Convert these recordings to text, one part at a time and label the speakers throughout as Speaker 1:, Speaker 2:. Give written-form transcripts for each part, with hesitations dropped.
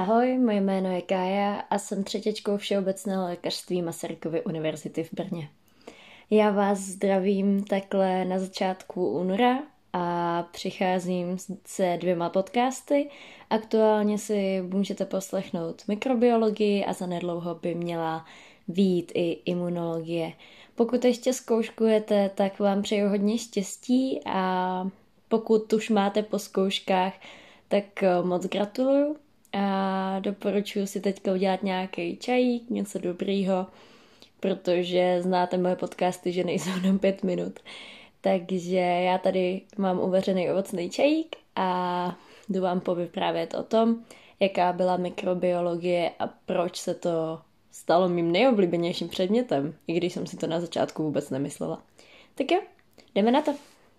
Speaker 1: Ahoj, moje jméno je Kája a jsem třetěčkou všeobecného lékařství Masarykovy univerzity v Brně. Já vás zdravím takhle na začátku února a přicházím se 2 podcasty. Aktuálně si můžete poslechnout mikrobiologii a zanedlouho by měla vyjít i imunologie. Pokud ještě zkouškujete, tak vám přeju hodně štěstí a pokud už máte po zkouškách, tak moc gratuluju a doporučuji si teďka udělat nějaký čajík, něco dobrýho, protože znáte moje podcasty, že nejsou jenom 5 minut. Takže já tady mám uvařený ovocný čajík a jdu vám povyprávět o tom, jaká byla mikrobiologie a proč se to stalo mým nejoblíbenějším předmětem, i když jsem si to na začátku vůbec nemyslela. Tak jo, jdeme na to.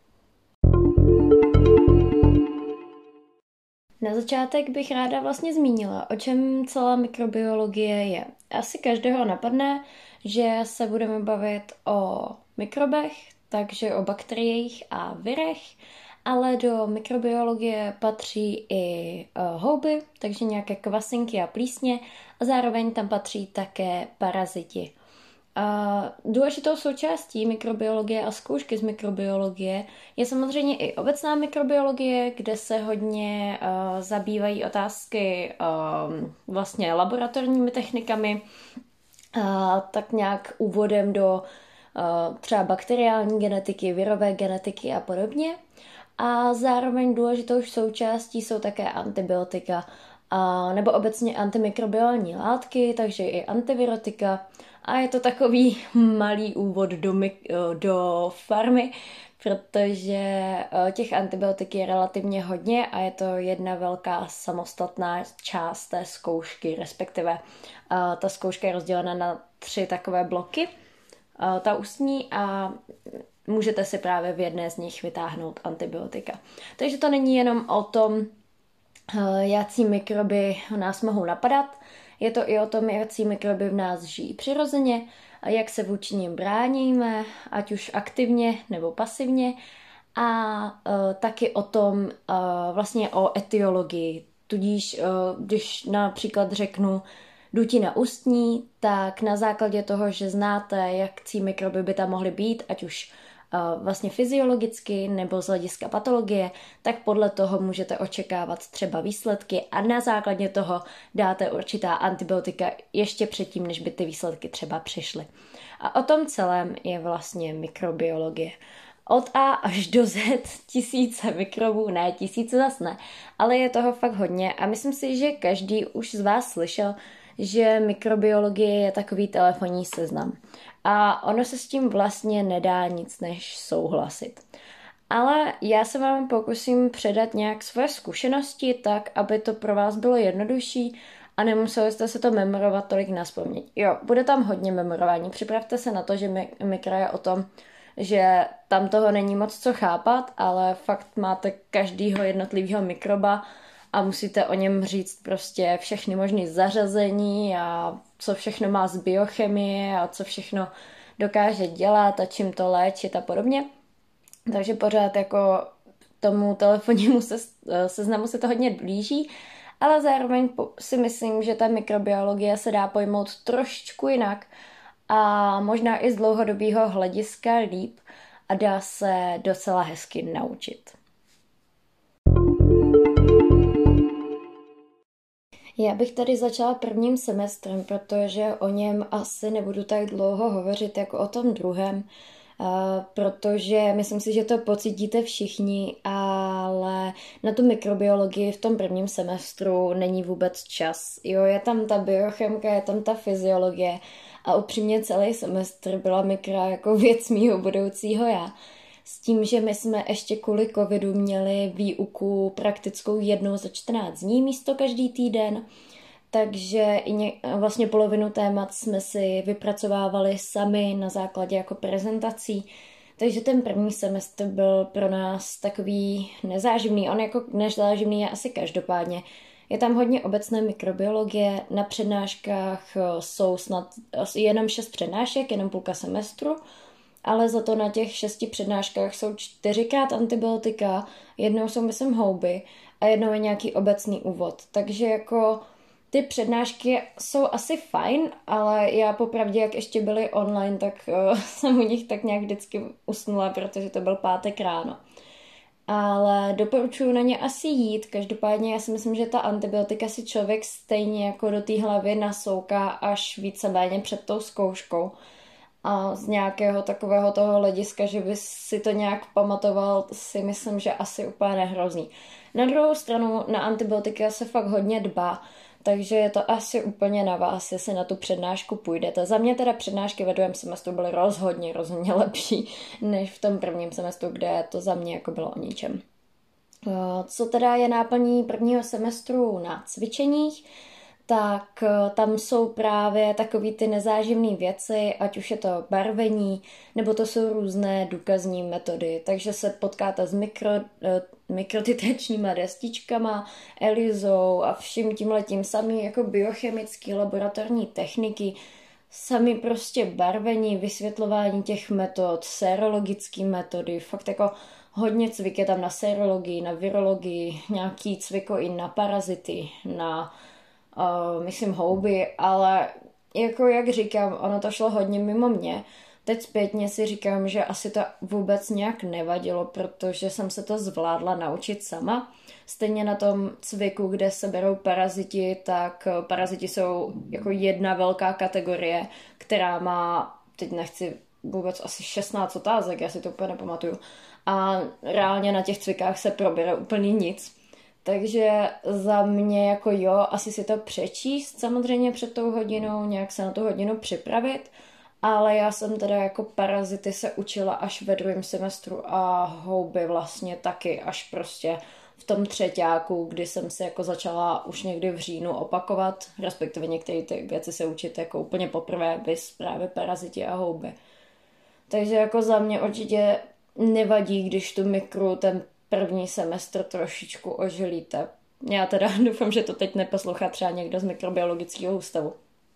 Speaker 1: Na začátek bych ráda vlastně zmínila, o čem celá mikrobiologie je. Asi každého napadne, že se budeme bavit o mikrobech, takže o bakteriích a virech, ale do mikrobiologie patří i houby, takže nějaké kvasinky a plísně a zároveň tam patří také paraziti. Důležitou součástí mikrobiologie a zkoušky z mikrobiologie je samozřejmě i obecná mikrobiologie, kde se hodně zabývají otázky vlastně laboratorními technikami, tak nějak úvodem do třeba bakteriální genetiky, virové genetiky a podobně. A zároveň důležitou součástí jsou také antibiotika nebo obecně antimikrobiální látky, takže i antivirotika. A je to takový malý úvod do farmy, protože těch antibiotik je relativně hodně a je to jedna velká samostatná část té zkoušky, respektive ta zkouška je rozdělena na 3 takové bloky. Ta ústní a můžete si právě v jedné z nich vytáhnout antibiotika. Takže to není jenom o tom, jací mikroby nás mohou napadat, je to i o tom, jací mikroby v nás žijí přirozeně, jak se vůči nim bráníme, ať už aktivně nebo pasivně, a taky o tom vlastně o etiologii. Tudíž, když například řeknu dutina ústní, tak na základě toho, že znáte, jakcí mikroby by tam mohly být, ať už vlastně fyziologicky nebo z hlediska patologie, tak podle toho můžete očekávat třeba výsledky a na základě toho dáte určitá antibiotika ještě předtím, než by ty výsledky třeba přišly. A o tom celém je vlastně mikrobiologie. Od A až do Z tisíce mikrobů, ne tisíce zas ne, ale je toho fakt hodně a myslím si, že každý už z vás slyšel, že mikrobiologie je takový telefonní seznam. A ono se s tím vlastně nedá nic než souhlasit. Ale já se vám pokusím předat nějak svoje zkušenosti tak, aby to pro vás bylo jednodušší a nemuseli jste se to memorovat tolik nazpaměť. Jo, bude tam hodně memorování. Připravte se na to, že mikro je o tom, že tam toho není moc co chápat, ale fakt máte každýho jednotlivého mikroba a musíte o něm říct prostě všechny možné zařazení a co všechno má z biochemie a co všechno dokáže dělat a čím to léčit a podobně. Takže pořád jako tomu telefonnímu seznamu se to hodně blíží, ale zároveň si myslím, že ta mikrobiologie se dá pojmout trošičku jinak a možná i z dlouhodobého hlediska líp a dá se docela hezky naučit. Já bych tady začala prvním semestrem, protože o něm asi nebudu tak dlouho hovořit jako o tom druhém, protože myslím si, že to pocítíte všichni, ale na tu mikrobiologii v tom prvním semestru není vůbec čas. Jo, je tam ta biochemka, je tam ta fyziologie a upřímně celý semestr byla mikra jako věc mýho budoucího já. S tím, že my jsme ještě kvůli covidu měli výuku praktickou 1 za 14 dní místo každý týden, takže vlastně polovinu témat jsme si vypracovávali sami na základě jako prezentací, takže ten první semestr byl pro nás takový nezáživný, on jako nezáživný je asi každopádně. Je tam hodně obecné mikrobiologie, na přednáškách jsou snad jenom 6 přednášek, jenom půlka semestru, ale za to na těch 6 přednáškách jsou 4krát antibiotika, jednou jsou myslím houby a jednou je nějaký obecný úvod. Takže jako Ty přednášky jsou asi fajn, ale já popravdě, jak ještě byly online, tak jsem u nich tak nějak vždycky usnula, protože to byl pátek ráno. Ale doporučuji na ně asi jít. Každopádně já si myslím, že ta antibiotika si člověk stejně jako do té hlavy nasouká až víceméně před tou zkouškou. A z nějakého takového toho hlediska, že by si to nějak pamatoval, si myslím, že asi úplně nehrozí. Na druhou stranu na antibiotika se fakt hodně dbá, takže je to asi úplně na vás, jestli na tu přednášku půjdete. Za mě teda přednášky ve druhém semestru byly rozhodně lepší než v tom prvním semestru, kde to za mě jako bylo o ničem. Co teda je náplní prvního semestru na cvičeních, tak tam jsou právě takový ty nezáživné věci, ať už je to barvení, nebo to jsou různé důkazní metody. Takže se potkáte s mikrotitračníma destičkama, ELISou a vším tímhletím, samý jako biochemický laboratorní techniky, sami prostě barvení, vysvětlování těch metod, sérologické metody, fakt jako hodně cvik je tam na sérologii, na virologii, nějaký cviko i na parazity, na myslím houby, ale jako jak říkám, ono to šlo hodně mimo mě. Teď zpětně si říkám, že asi to vůbec nějak nevadilo, protože jsem se to zvládla naučit sama. Stejně na tom cviku, kde se berou paraziti, tak paraziti jsou jako jedna velká kategorie, která má, teď nechci vůbec asi 16 otázek, já si to úplně nepamatuju. A reálně na těch cvikách se probere úplně nic. Takže za mě jako jo, asi si to přečíst samozřejmě před tou hodinou, nějak se na tu hodinu připravit, ale já jsem teda jako parazity se učila až ve druhém semestru a houby vlastně taky až prostě v tom třeťáku, kdy jsem se jako začala už někdy v říjnu opakovat, respektive některé ty věci se učit jako úplně poprvé, bys právě paraziti a houby. Takže jako za mě určitě nevadí, když tu mikru ten první semestr trošičku ožilíte. Já teda doufám, že to teď neposlouchá třeba někdo z mikrobiologického ústavu.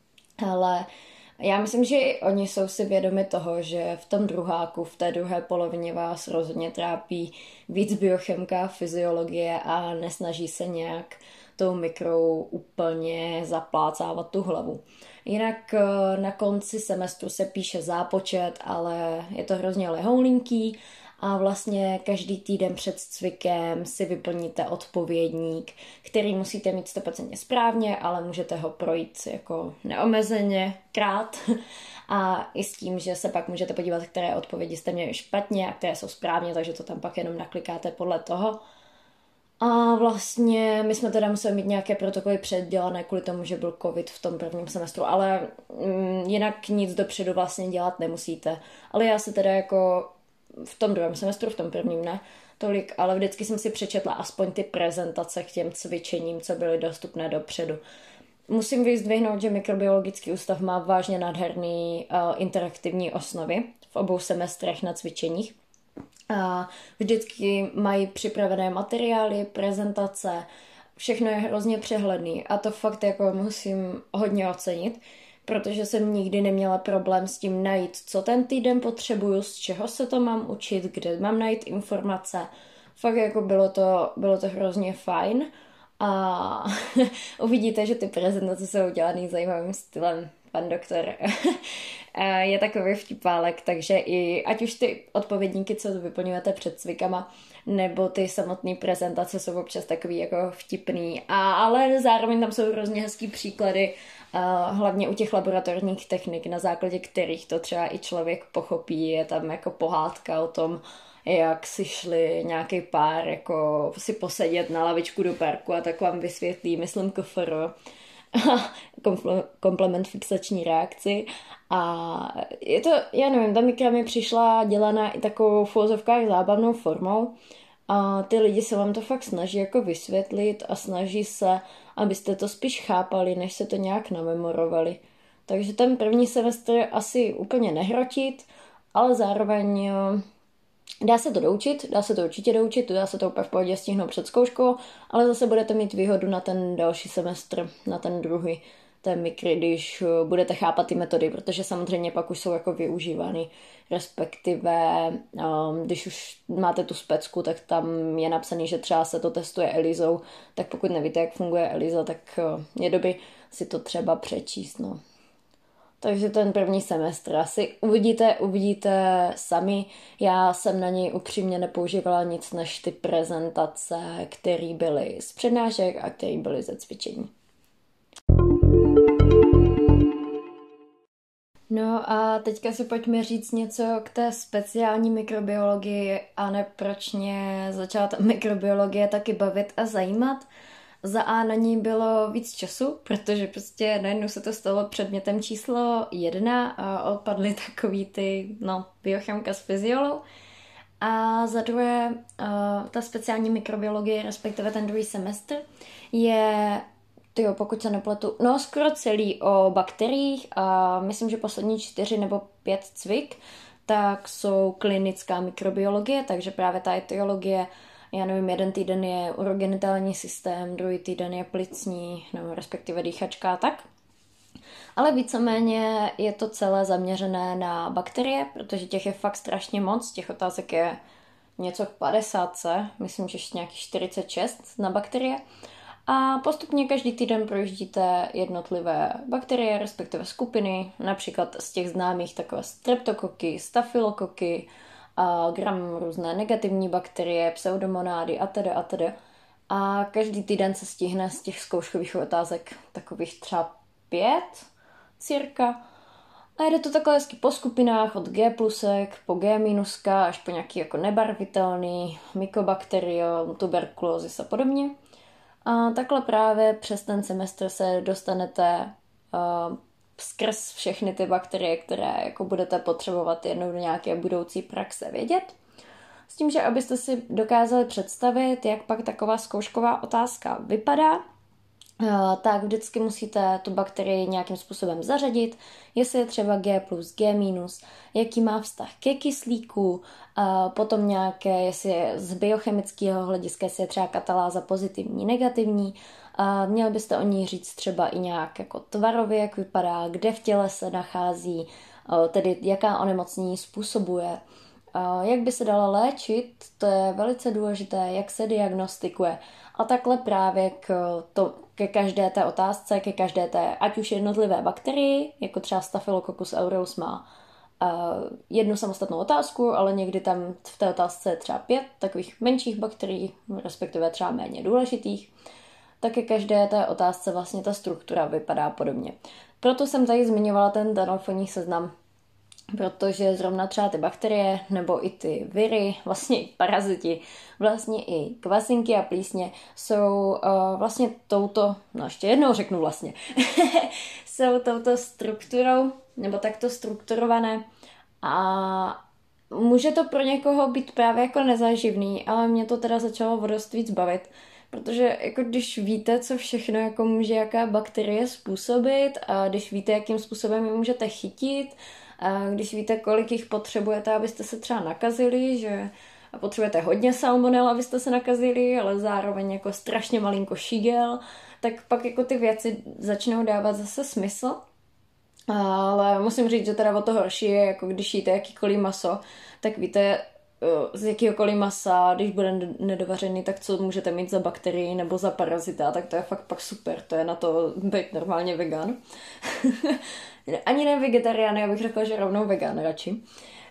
Speaker 1: Ale já myslím, že i oni jsou si vědomi toho, že v tom druháku, v té druhé polovině vás rozhodně trápí víc biochemika, fyziologie a nesnaží se nějak tou mikrou úplně zaplácávat tu hlavu. Jinak na konci semestru se píše zápočet, ale je to hrozně lehoulinký a vlastně každý týden před cvikem si vyplníte odpovědník, který musíte mít 100% správně, ale můžete ho projít jako neomezeně krát a i s tím, že se pak můžete podívat, které odpovědi jste měli špatně a které jsou správně, takže to tam pak jenom naklikáte podle toho. A vlastně my jsme teda museli mít nějaké protokoly předdělané kvůli tomu, že byl covid v tom prvním semestru, ale jinak nic dopředu vlastně dělat nemusíte. Ale já se teda jako v tom druhém semestru, v tom prvním ne tolik, ale vždycky jsem si přečetla aspoň ty prezentace k těm cvičením, co byly dostupné dopředu. Musím vyzdvihnout, že mikrobiologický ústav má vážně nádherný interaktivní osnovy v obou semestrech na cvičeních. A vždycky mají připravené materiály, prezentace, všechno je hrozně přehledný a to fakt jako musím hodně ocenit, protože jsem nikdy neměla problém s tím najít, co ten týden potřebuju, z čeho se to mám učit, kde mám najít informace. Fakt jako bylo to hrozně fajn a uvidíte, že ty prezentace jsou udělaný zajímavým stylem. Pan doktor je takový vtipálek, takže i ať už ty odpovědníky, co vyplňujete před cvikama, nebo ty samotné prezentace jsou občas takový jako vtipný, ale zároveň tam jsou hrozně hezký příklady, hlavně u těch laboratorních technik, na základě kterých to třeba i člověk pochopí. Je tam jako pohádka o tom, jak si šli nějaký pár jako si posedět na lavičku do parku a tak vám vysvětlí, myslím KFR, komplement fixační reakci a je to, já nevím, ta mikra mi přišla dělaná i takovou v uvozovkách zábavnou formou a ty lidi se vám to fakt snaží jako vysvětlit a snaží se, abyste to spíš chápali, než se to nějak namemorovali. Takže ten první semestr asi úplně nehrotit, ale zároveň dá se to určitě doučit, dá se to úplně v pohodě stihnout před zkouškou, ale zase budete mít výhodu na ten další semestr, na ten druhý. té mikry, když budete chápat ty metody, protože samozřejmě pak už jsou jako využívány, respektive když už máte tu specku, tak tam je napsaný, že třeba se to testuje ELISou, tak pokud nevíte, jak funguje ELISA, tak je dobrý si to třeba přečíst, no. Takže ten první semestr asi uvidíte sami. Já jsem na něj upřímně nepoužívala nic než ty prezentace, které byly z přednášek a které byly ze cvičení. No a teďka si pojďme říct něco k té speciální mikrobiologii a ne proč mě začala ta mikrobiologie taky bavit a zajímat. Za A na ní bylo víc času, protože prostě najednou se to stalo předmětem číslo 1 a odpadly takový ty, biochemka s fyziolou. A za druhé, ta speciální mikrobiologie, respektive ten druhý semestr, je, pokud se nepletu, skoro celý o bakteriích a myslím, že poslední 4 nebo 5 cvik, tak jsou klinická mikrobiologie, takže právě ta etiologie, já nevím, jeden týden je urogenitální systém, druhý týden je plicní, nebo respektive dýchačka a tak. Ale víceméně je to celé zaměřené na bakterie, protože těch je fakt strašně moc, těch otázek je něco k 50, myslím, že nějakých 46 na bakterie. A postupně každý týden projíždíte jednotlivé bakterie, respektive skupiny, například z těch známých takové streptokoky, stafylokoky, gram různé negativní bakterie, pseudomonády atd. A každý týden se stihne z těch zkouškových otázek takových třeba 5 cirka. A jde to takhle hezky po skupinách od G plusek po G minuska až po nějaký jako nebarvitelný mykobakterium, tuberkulózis a podobně. A takhle právě přes ten semestr se dostanete skrz všechny ty bakterie, které jako budete potřebovat jednou do nějaké budoucí praxe vědět. S tím, že abyste si dokázali představit, jak pak taková zkoušková otázka vypadá, tak vždycky musíte tu bakterii nějakým způsobem zařadit, jestli je třeba G+, G-, jaký má vztah ke kyslíku, potom nějaké, jestli je z biochemického hlediska, jestli je třeba kataláza pozitivní, negativní. Měli byste o ní říct třeba i nějak jako tvarově, jak vypadá, kde v těle se nachází, tedy jaká onemocnění způsobuje. Jak by se dala léčit, to je velice důležité, jak se diagnostikuje. A takhle právě ke každé té otázce, ke každé té, ať už jednotlivé bakterii, jako třeba Staphylococcus aureus má jednu samostatnou otázku, ale někdy tam v té otázce je třeba 5 takových menších bakterií, respektive třeba méně důležitých, tak ke každé té otázce vlastně ta struktura vypadá podobně. Proto jsem tady zmiňovala ten telefonní seznam, protože zrovna třeba ty bakterie nebo i ty viry, vlastně i paraziti, vlastně i kvasinky a plísně jsou vlastně touto, ještě jednou řeknu vlastně, jsou touto strukturou nebo takto strukturované a může to pro někoho být právě jako nezáživný, ale mě to teda začalo o dost víc bavit, protože jako když víte, co všechno jako může jaká bakterie způsobit a když víte, jakým způsobem ji můžete chytit, a když víte, kolik jich potřebujete, abyste se třeba nakazili, že potřebujete hodně salmonel, abyste se nakazili, ale zároveň jako strašně malinko šigel, tak pak jako ty věci začnou dávat zase smysl. Ale musím říct, že teda o to horší je, jako když jíte jakýkoliv maso, tak víte, z jakýhokoliv masa, když bude nedovařený, tak co můžete mít za bakterii nebo za parazita, tak to je fakt pak super, to je na to být normálně vegan. Ani ne vegetarián, já bych řekla, že rovnou vegan radši.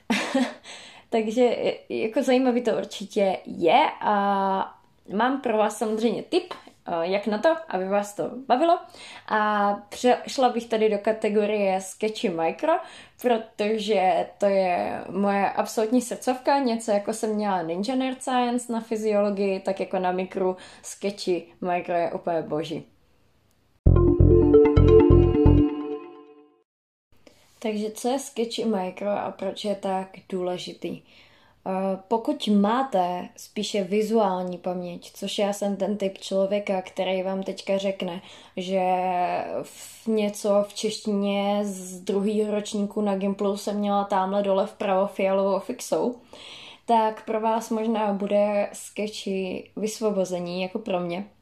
Speaker 1: Takže jako zajímavý to určitě je a mám pro vás samozřejmě tip, jak na to, aby vás to bavilo. A přešla bych tady do kategorie Sketchy Micro, protože to je moje absolutní srdcovka, něco jako jsem měla Ninja Nerd Science na fyziologii, tak jako na mikru Sketchy Micro je úplně boží. Takže co je Sketchy Micro a proč je tak důležitý? Pokud máte spíše vizuální paměť, což já jsem ten typ člověka, který vám teďka řekne, že něco v češtině z 2. ročníku na Gimplu jsem měla tamhle dole vpravo fialovou fixou, tak pro vás možná bude Sketchy vysvobození, jako pro mě.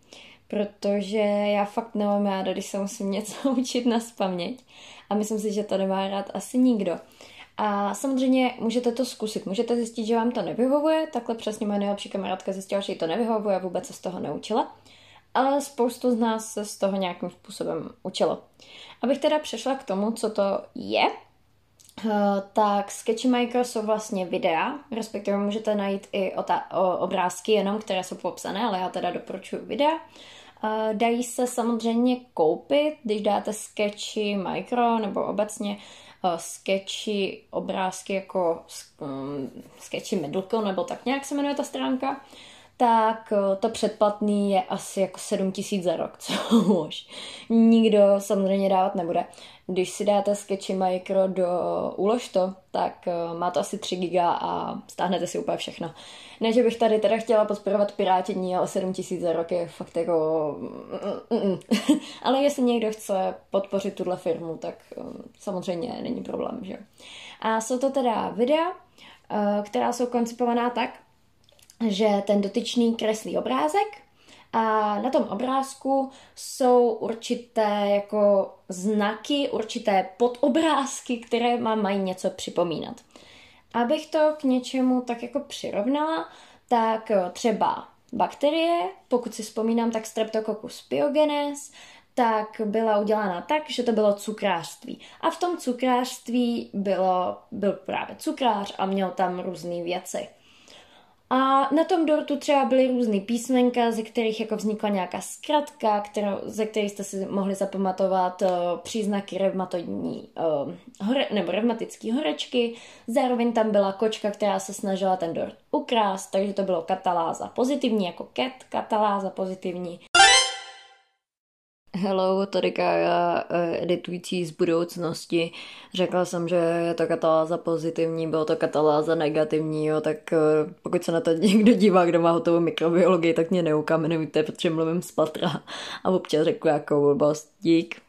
Speaker 1: protože já fakt nemám ráda, když se musím něco učit nazpaměť a myslím si, že to nemá rád asi nikdo. A samozřejmě můžete to zkusit, můžete zjistit, že vám to nevyhovuje, takhle přesně moje nejlepší kamarádka zjistila, že jí to nevyhovuje a vůbec se z toho neučila, ale spoustu z nás se z toho nějakým způsobem učilo. Abych teda přešla k tomu, co to je, tak Sketchy Micro jsou vlastně videa, respektive můžete najít i obrázky jenom, které jsou popsané, ale já teda doporučuji videa. Dají se samozřejmě koupit, když dáte Sketchy Micro nebo obecně Sketchy obrázky jako Sketchy Middleco nebo tak nějak se jmenuje ta stránka, tak to předplatný je asi jako 7 000 za rok, což nikdo samozřejmě dávat nebude. Když si dáte Sketchy Micro do Ulož to, tak má to asi 3 giga a stáhnete si úplně všechno. Ne, že bych tady teda chtěla podporovat pirátění, ale 7 000 za rok je fakt jako... Ale jestli někdo chce podpořit tuhle firmu, tak samozřejmě není problém, že? A jsou to teda videa, která jsou koncipovaná tak, že ten dotyčný kreslí obrázek a na tom obrázku jsou určité jako znaky, určité podobrázky, které vám mají něco připomínat. Abych to k něčemu tak jako přirovnala, tak třeba bakterie, pokud si vzpomínám, tak Streptococcus pyogenes, tak byla udělána tak, že to bylo cukrářství. A v tom cukrářství byl právě cukrář a měl tam různé věci. A na tom dortu třeba byly různý písmenka, ze kterých jako vznikla nějaká zkratka, ze kterých jste si mohli zapamatovat příznaky revmatické horečky. Zároveň tam byla kočka, která se snažila ten dort ukrást, takže to bylo kataláza pozitivní, jako cat, kataláza pozitivní. Hello, tady Kája, editující z budoucnosti. Řekla jsem, že je to kataláza pozitivní, bylo to kataláza negativní, jo, tak pokud se na to někdo dívá, kdo má hotovou mikrobiologii, tak mě neukamenujte, protože mluvím z patra a občas řeknu jako blbost. Dík.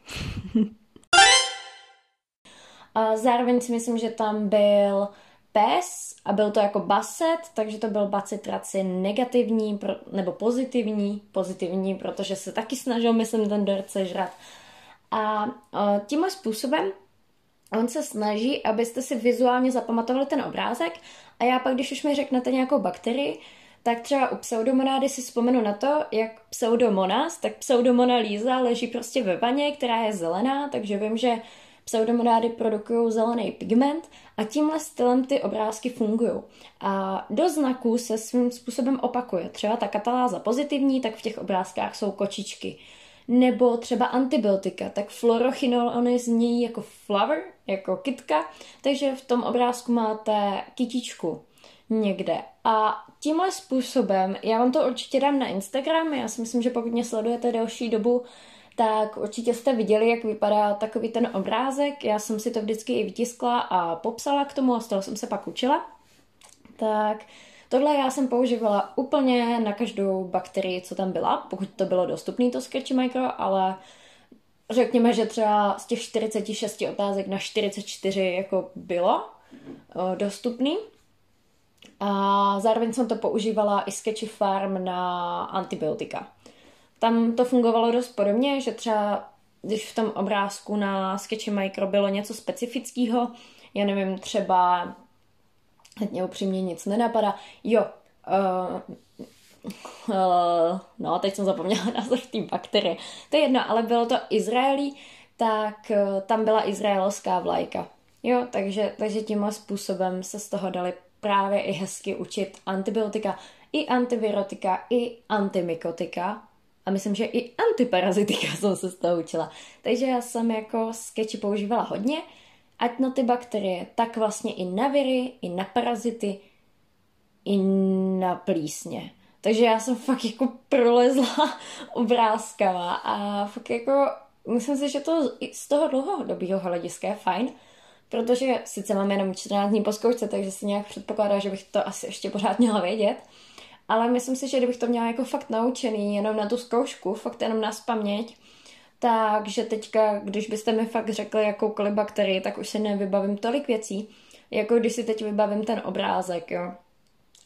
Speaker 1: A zároveň si myslím, že tam byl pes a byl to jako baset, takže to byl bacitraci negativní nebo pozitivní, protože se taky snažil, myslím, ten dort sežrat. A tímhle způsobem on se snaží, abyste si vizuálně zapamatovali ten obrázek a já pak, když už mi řeknete nějakou bakterii, tak třeba u pseudomonády si vzpomenu na to, jak pseudomonas, tak pseudomonalýza leží prostě ve vaně, která je zelená, takže vím, že pseudomonády produkují zelený pigment a tímhle stylem ty obrázky fungují. A do znaků se svým způsobem opakuje. Třeba ta kataláza pozitivní, tak v těch obrázkách jsou kočičky. Nebo třeba antibiotika, tak fluorochinol, oni znějí jako flower, jako kytka, takže v tom obrázku máte kytičku někde. A tímhle způsobem, já vám to určitě dám na Instagram, já si myslím, že pokud mě sledujete delší dobu, tak určitě jste viděli, jak vypadá takový ten obrázek. Já jsem si to vždycky i vytiskla a popsala k tomu a z toho jsem se pak učila. Tak tohle já jsem používala úplně na každou bakterii, co tam byla, pokud to bylo dostupné, to Sketchy Micro, ale řekněme, že třeba z těch 46 otázek na 44 jako bylo dostupný. A zároveň jsem to používala i Sketchy Farm na antibiotika. Tam to fungovalo dost podobně, že třeba když v tom obrázku na Sketchy Micro bylo něco specifického, já nevím, třeba mě upřímně nic nenapadá. No, teď jsem zapomněla název té bakterie. To je jedno, ale bylo to Izraelí, tak tam byla izraelská vlajka. Jo, takže tímhle způsobem se z toho dali právě i hezky učit antibiotika, i antivirotika, i antimykotika. A myslím, že i antiparazitika jsem se z toho učila. Takže já jsem jako Sketchy používala hodně, ať na ty bakterie, tak vlastně i na viry, i na parazity, i na plísně. Takže já jsem fakt jako prolezla obrázkama a fakt jako myslím si, že to z toho dlouhodobého hlediska je fajn, protože sice mám jenom 14 dní po zkoušce, takže si nějak předpokládá, že bych to asi ještě pořád měla vědět. Ale myslím si, že kdybych to měla jako fakt naučený jenom na tu zkoušku, fakt jenom na spaměť, takže teďka, když byste mi fakt řekli jakoukoliv bakterii, tak už si nevybavím tolik věcí, jako když si teď vybavím ten obrázek, jo.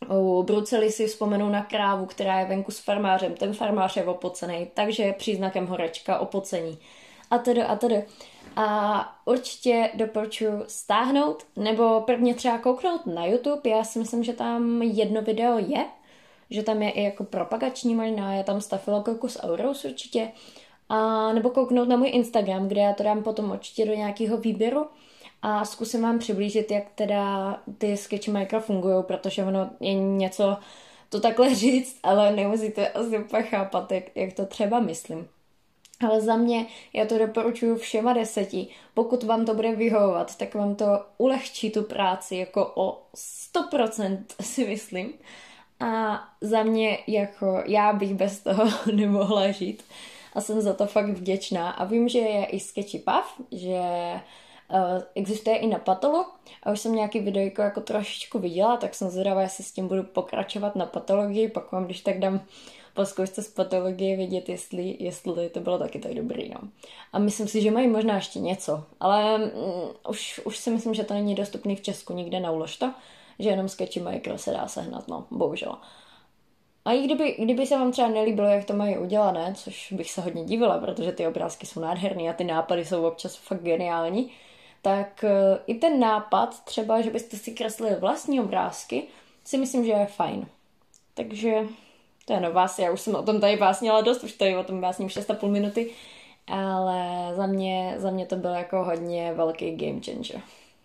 Speaker 1: U Bruseli si vzpomenou na krávu, která je venku s farmářem. Ten farmář je opocený, takže je příznakem horečka, opocení. A tedy a tedy. A určitě doporučuji stáhnout, nebo prvně třeba kouknout na YouTube. Já si myslím, že tam jedno video je, že tam je i jako propagační možná, je tam Staphylococcus aureus určitě. A nebo kouknout na můj Instagram, kde já to dám potom určitě do nějakého výběru a zkusím vám přiblížit, jak teda ty Sketchy Micro fungují, protože ono je něco to takhle říct, ale nemusíte asi úplně chápat, jak to třeba myslím. Ale za mě, já to doporučuji všema 10. Pokud vám to bude vyhovovat, tak vám to ulehčí tu práci jako o 100% si myslím. A za mě, jako já bych bez toho nemohla žít. A jsem za to fakt vděčná. A vím, že je i Sketchypuff, že existuje i na Patolu. A už jsem nějaký videjko jako trošičku viděla, tak jsem zvědavá, jestli s tím budu pokračovat na patologii. Pak vám, když tak dám po zkoušce z patologie vědět, jestli to bylo taky tak dobrý. No. A myslím si, že mají možná ještě něco. Ale už si myslím, že to není dostupný v Česku nikde na Uložto, že jenom Sketchy Micro se dá sehnat, no, bohužel. A i kdyby se vám třeba nelíbilo, jak to mají udělané, což bych se hodně divila, protože ty obrázky jsou nádherný a ty nápady jsou občas fakt geniální, tak i ten nápad, třeba, že byste si kreslili vlastní obrázky, si myslím, že je fajn. Takže to je vás, já už jsem o tom tady básnila dost, už tady o tom básním 6,5 minuty, ale za mě to byl jako hodně velký game changer.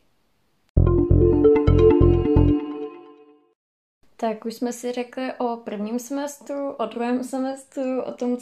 Speaker 1: Tak už jsme si řekli o prvním semestru, o druhém semestru, o tom,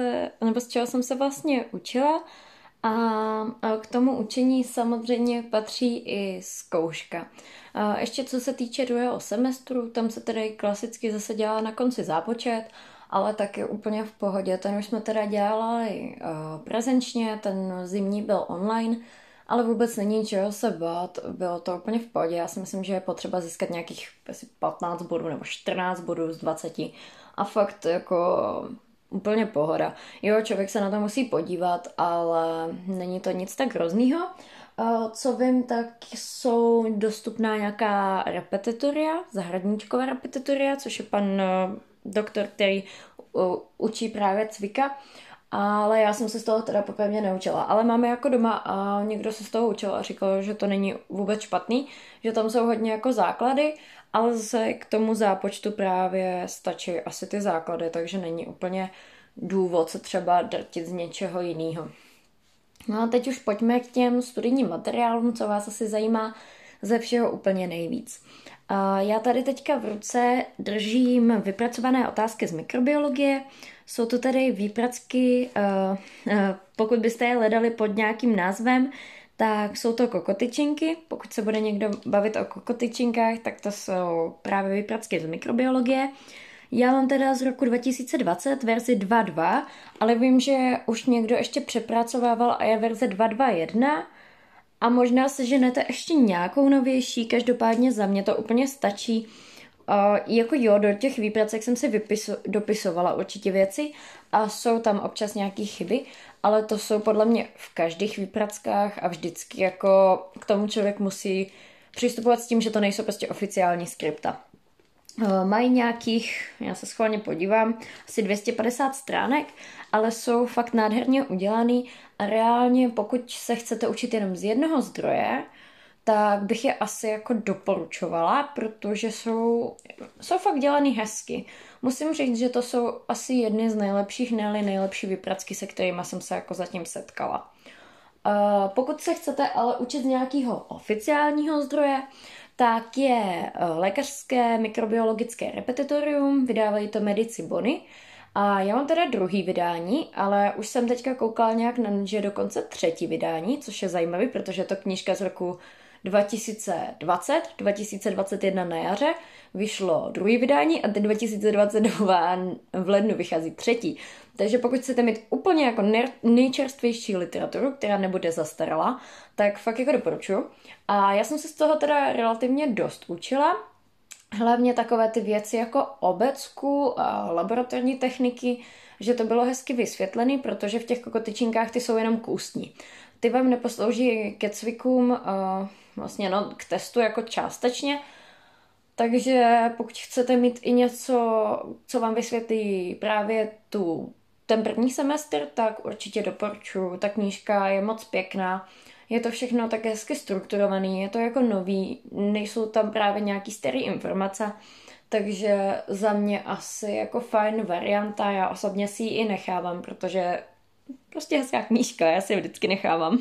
Speaker 1: z čeho jsem se vlastně učila. A k tomu učení samozřejmě patří i zkouška. A ještě co se týče druhého semestru, tam se tedy klasicky zase dělá na konci zápočet, ale taky úplně v pohodě. Ten už jsme teda dělali prezenčně, ten zimní byl online, ale vůbec není čeho se bát, bylo to úplně v pohodě. Já si myslím, že je potřeba získat nějakých asi 15 bodů nebo 14 bodů z 20 a fakt jako úplně pohoda. Jo, člověk se na to musí podívat, ale není to nic tak hroznýho. Co vím, tak jsou dostupná nějaká repetitoria, zahradníčková repetitoria, což je pan doktor, který učí právě cvika. Ale já jsem se z toho teda poprvé neučila. Ale máme jako doma a někdo se z toho učil a říkal, že to není vůbec špatný, že tam jsou hodně jako základy, ale zase k tomu zápočtu právě stačí asi ty základy, takže není úplně důvod se třeba drtit z něčeho jiného. No a teď už pojďme k těm studijním materiálům, co vás asi zajímá ze všeho úplně nejvíc. Já tady teďka v ruce držím vypracované otázky z mikrobiologie. Jsou to tady výpracky, pokud byste je hledali pod nějakým názvem, tak jsou to kokotyčinky. Pokud se bude někdo bavit o kokotyčinkách, tak to jsou právě výpracky z mikrobiologie. Já mám teda z roku 2020 verzi 2.2, ale vím, že už někdo ještě přepracovával a je verze 2.2.1 a možná seženete ještě nějakou novější, každopádně za mě to úplně stačí. Jako jo, do těch výpracek jsem si dopisovala určitě věci a jsou tam občas nějaké chyby, ale to jsou podle mě v každých výprackách a vždycky jako k tomu člověk musí přistupovat s tím, že to nejsou prostě oficiální skripta. Mají nějakých, já se schválně podívám, asi 250 stránek, ale jsou fakt nádherně udělaný a reálně pokud se chcete učit jenom z jednoho zdroje, tak bych je asi jako doporučovala, protože jsou fakt dělaný hezky. Musím říct, že to jsou asi jedny z nejlepších, ne-li nejlepší výpracky, se kterými jsem se jako zatím setkala. Pokud se chcete ale učit z nějakého oficiálního zdroje, tak je lékařské mikrobiologické repetitorium, vydávají to Medici Bony. A já mám teda druhý vydání, ale už jsem teďka koukala nějak že dokonce třetí vydání, což je zajímavý, protože je to knížka z roku 2021 na jaře vyšlo druhý vydání a teď 2022 v lednu vychází třetí. Takže pokud chcete mít úplně jako nejčerstvější literaturu, která nebude zastaralá, tak fakt jako doporučuji. A já jsem se z toho teda relativně dost učila. Hlavně takové ty věci jako obecku a laboratorní techniky, že to bylo hezky vysvětlené, protože v těch kokotyčinkách ty jsou jenom kůstní. Ty vám neposlouží ke cvikům, vlastně k testu jako částečně, Takže pokud chcete mít i něco, co vám vysvětlí právě ten první semestr, tak určitě doporučuji. Ta knížka je moc pěkná. Je to všechno tak hezky strukturovaný, je to jako nový, nejsou tam právě nějaký staré informace, takže za mě asi jako fajn varianta, já osobně si ji i nechávám, protože prostě hezká knížka, já si ji vždycky nechávám.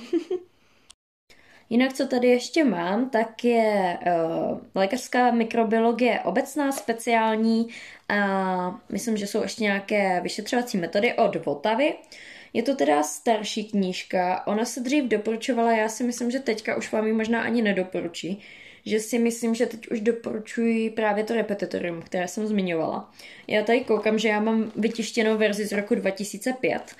Speaker 1: Jinak, co tady ještě mám, tak je lékařská mikrobiologie obecná, speciální a myslím, že jsou ještě nějaké vyšetřovací metody od Votavy. Je to teda starší knížka, ona se dřív doporučovala, já si myslím, že teďka už vám ji možná ani nedoporučí, že si myslím, že teď už doporučuji právě to repetitorium, které jsem zmiňovala. Já tady koukám, že já mám vytištěnou verzi z roku 2005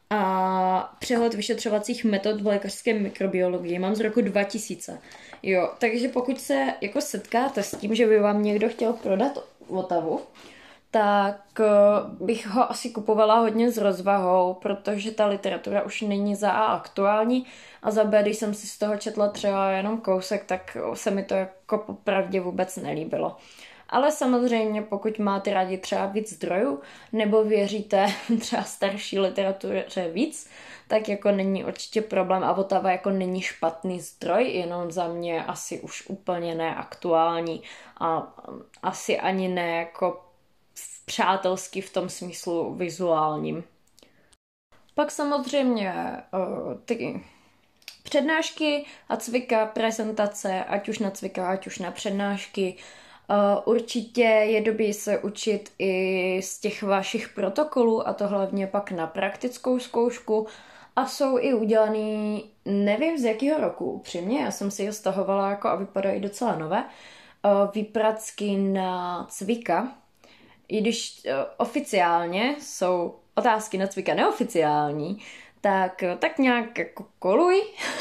Speaker 1: a přehled vyšetřovacích metod v lékařské mikrobiologii mám z roku 2000. Jo, takže pokud se jako setkáte s tím, že by vám někdo chtěl prodat Votavu, tak bych ho asi kupovala hodně s rozvahou, protože ta literatura už není za A aktuální a za B, když jsem si z toho četla třeba jenom kousek, tak se mi to jako popravdě vůbec nelíbilo. Ale samozřejmě, pokud máte rádi třeba víc zdrojů, nebo věříte třeba starší literatuře víc, tak jako není určitě problém a Votava jako není špatný zdroj, jenom za mě asi už úplně neaktuální a asi ani ne jako přátelský v tom smyslu vizuálním. Pak samozřejmě ty přednášky a cvika, prezentace, ať už na cvika, ať už na přednášky. Určitě je dobré se učit i z těch vašich protokolů a to hlavně pak na praktickou zkoušku a jsou i udělaný, nevím z jakého roku upřímně, já jsem si je stahovala jako a vypadají docela nové, výpracky na cvika, i když oficiálně jsou otázky na cvika neoficiální, tak nějak jako koluj,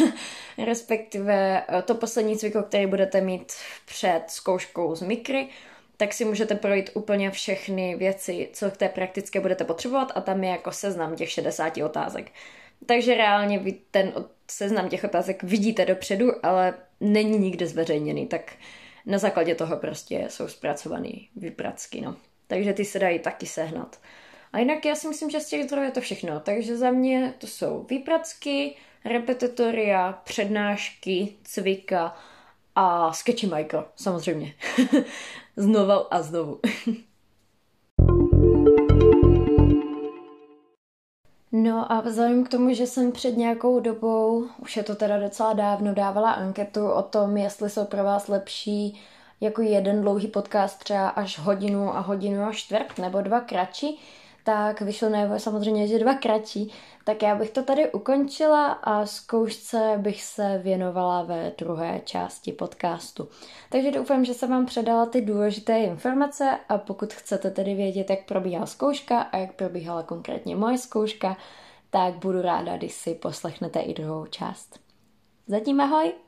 Speaker 1: respektive to poslední cviko, který budete mít před zkouškou z mikry, tak si můžete projít úplně všechny věci, co k té praktické budete potřebovat a tam je jako seznam těch 60 otázek. Takže reálně vy ten seznam těch otázek vidíte dopředu, ale není nikde zveřejněný, tak na základě toho prostě jsou zpracovaný výpracky, no. Takže ty se dají taky sehnat. A jinak já si myslím, že z těch zdrojů je to všechno. Takže za mě to jsou výpracky, repetitoria, přednášky, cvika a Sketchy Micro, samozřejmě. Znovu a znovu. No a vzhledem k tomu, že jsem před nějakou dobou, už je to teda docela dávno, dávala anketu o tom, jestli jsou pro vás lepší jako jeden dlouhý podcast třeba až hodinu a čtvrt nebo 2 kratší, tak vyšlo najevo samozřejmě, že 2 kratší, tak já bych to tady ukončila a zkoušce bych se věnovala ve druhé části podcastu. Takže doufám, že jsem vám předala ty důležité informace a pokud chcete tedy vědět, jak probíhá zkouška a jak probíhala konkrétně moje zkouška, tak budu ráda, když si poslechnete i druhou část. Zatím ahoj!